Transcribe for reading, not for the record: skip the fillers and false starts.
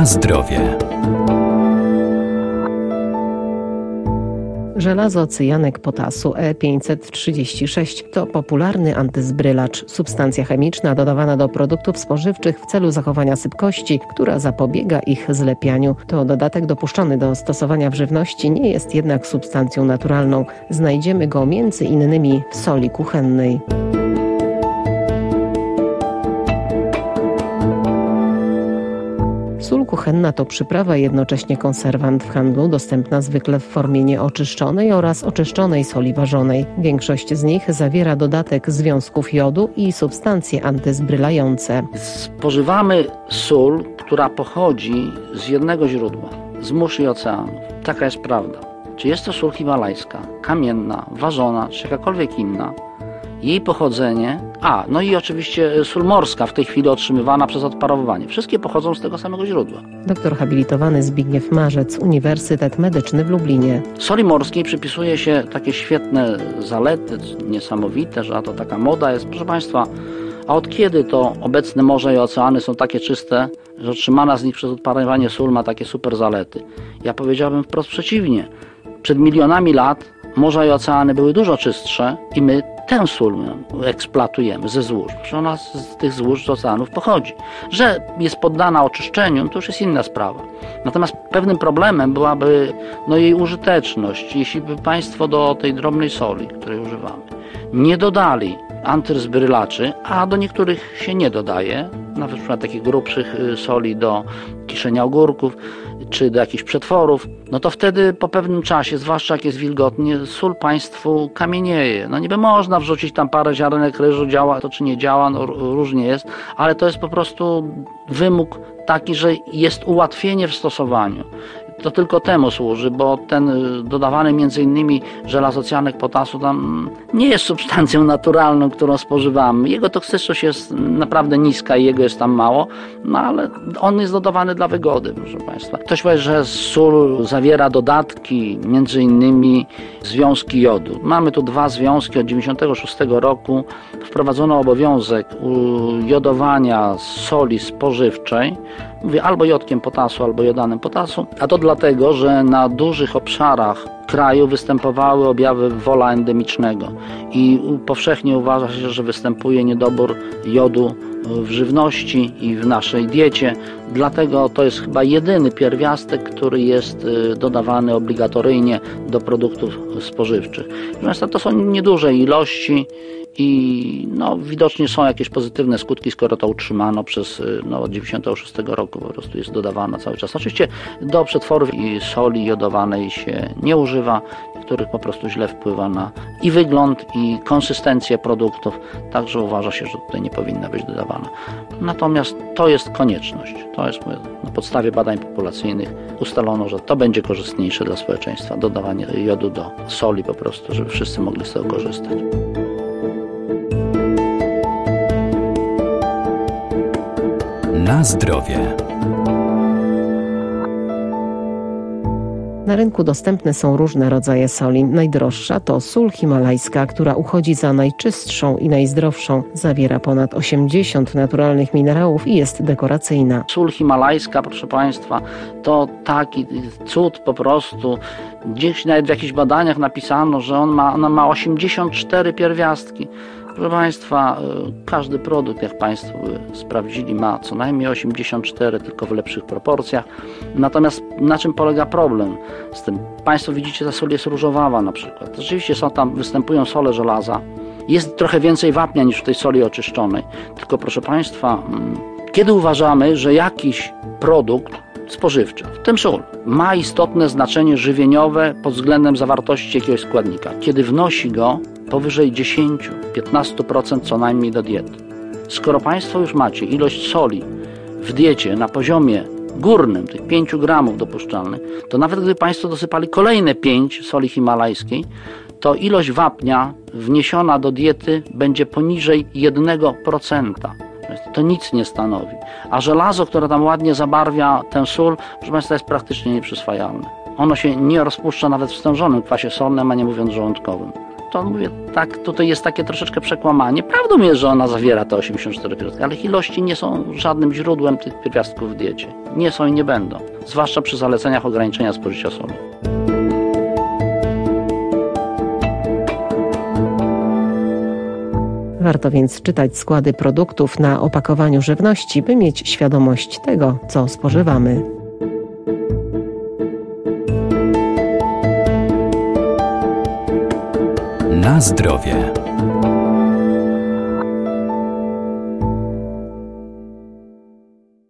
Na zdrowie. Żelazo, cyjanek potasu E536 to popularny antyzbrylacz, substancja chemiczna dodawana do produktów spożywczych w celu zachowania sypkości, która zapobiega ich zlepianiu. To dodatek dopuszczony do stosowania w żywności, nie jest jednak substancją naturalną. Znajdziemy go między innymi w soli kuchennej. Sól kuchenna to przyprawa, jednocześnie konserwant w handlu, dostępna zwykle w formie nieoczyszczonej oraz oczyszczonej soli ważonej. Większość z nich zawiera dodatek związków jodu i substancje antyzbrylające. Spożywamy sól, która pochodzi z jednego źródła, z mórz i oceanów. Taka jest prawda. Czy jest to sól himalajska, kamienna, ważona, czy jakakolwiek inna, jej pochodzenie, no i oczywiście sól morska, w tej chwili otrzymywana przez odparowywanie. Wszystkie pochodzą z tego samego źródła. Doktor habilitowany Zbigniew Marzec, Uniwersytet Medyczny w Lublinie. Soli morskiej przypisuje się takie świetne zalety, niesamowite, że to taka moda jest. Proszę Państwa, a od kiedy to obecne morze i oceany są takie czyste, że otrzymana z nich przez odparowywanie sól ma takie super zalety? Ja powiedziałbym wprost przeciwnie. Przed milionami lat morza i oceany były dużo czystsze i my tę sól eksploatujemy ze złóż. Przecież ona z tych złóż z oceanów pochodzi. Że jest poddana oczyszczeniu, to już jest inna sprawa. Natomiast pewnym problemem byłaby jej użyteczność. Jeśli by Państwo do tej drobnej soli, której używamy, nie dodali antyzbrylaczy, a do niektórych się nie dodaje, nawet przykład takich grubszych soli do kiszenia ogórków, czy do jakichś przetworów, to wtedy po pewnym czasie, zwłaszcza jak jest wilgotnie, sól Państwu kamienieje. Niby można wrzucić tam parę ziarenek ryżu, działa to czy nie działa, różnie jest, ale to jest po prostu wymóg taki, że jest ułatwienie w stosowaniu. To tylko temu służy, bo ten dodawany między innymi żelazo, cyjanek potasu tam nie jest substancją naturalną, którą spożywamy. Jego toksyczność jest naprawdę niska i jego jest tam mało, ale on jest dodawany dla wygody, proszę Państwa. Ktoś powie, że sól zawiera dodatki, między innymi związki jodu. Mamy tu 2 związki. Od 1996 roku wprowadzono obowiązek jodowania soli spożywczej. Mówię albo jodkiem potasu, albo jodanem potasu, a to dlatego, że na dużych obszarach kraju występowały objawy wola endemicznego i powszechnie uważa się, że występuje niedobór jodu w żywności i w naszej diecie. Dlatego to jest chyba jedyny pierwiastek, który jest dodawany obligatoryjnie do produktów spożywczych. Natomiast to są nieduże ilości i widocznie są jakieś pozytywne skutki, skoro to utrzymano przez od 1996 roku po prostu jest dodawana cały czas. Oczywiście do przetworów i soli jodowanej się nie używa, których po prostu źle wpływa na i wygląd, i konsystencję produktów, także uważa się, że tutaj nie powinna być dodawana. Natomiast to jest konieczność. To jest na podstawie badań populacyjnych ustalono, że to będzie korzystniejsze dla społeczeństwa, dodawanie jodu do soli po prostu, żeby wszyscy mogli z tego korzystać. Na zdrowie. Na rynku dostępne są różne rodzaje soli. Najdroższa to sól himalajska, która uchodzi za najczystszą i najzdrowszą. Zawiera ponad 80 naturalnych minerałów i jest dekoracyjna. Sól himalajska, proszę Państwa, to taki cud po prostu. Gdzieś nawet w jakichś badaniach napisano, że ona ma 84 pierwiastki. Proszę Państwa, każdy produkt, jak Państwo sprawdzili, ma co najmniej 84, tylko w lepszych proporcjach. Natomiast na czym polega problem z tym? Państwo widzicie, ta sól jest różowawa na przykład. Rzeczywiście występują sole żelaza. Jest trochę więcej wapnia niż w tej soli oczyszczonej. Tylko proszę Państwa, kiedy uważamy, że jakiś produkt spożywczy, w tym sól, ma istotne znaczenie żywieniowe pod względem zawartości jakiegoś składnika? Kiedy wnosi go powyżej 10-15% co najmniej do diety. Skoro Państwo już macie ilość soli w diecie na poziomie górnym, tych 5 gramów dopuszczalnych, to nawet gdyby Państwo dosypali kolejne 5 soli himalajskiej, to ilość wapnia wniesiona do diety będzie poniżej 1%. To nic nie stanowi. A żelazo, które tam ładnie zabarwia tę sól, proszę Państwa, jest praktycznie nieprzyswajalne. Ono się nie rozpuszcza nawet w stężonym kwasie solnym, a nie mówiąc żołądkowym. to mówię, tak, tutaj jest takie troszeczkę przekłamanie. Prawdą jest, że ona zawiera te 84 pierwiastki, ale ich ilości nie są żadnym źródłem tych pierwiastków w diecie. Nie są i nie będą. Zwłaszcza przy zaleceniach ograniczenia spożycia soli. Warto więc czytać składy produktów na opakowaniu żywności, by mieć świadomość tego, co spożywamy. Na zdrowie.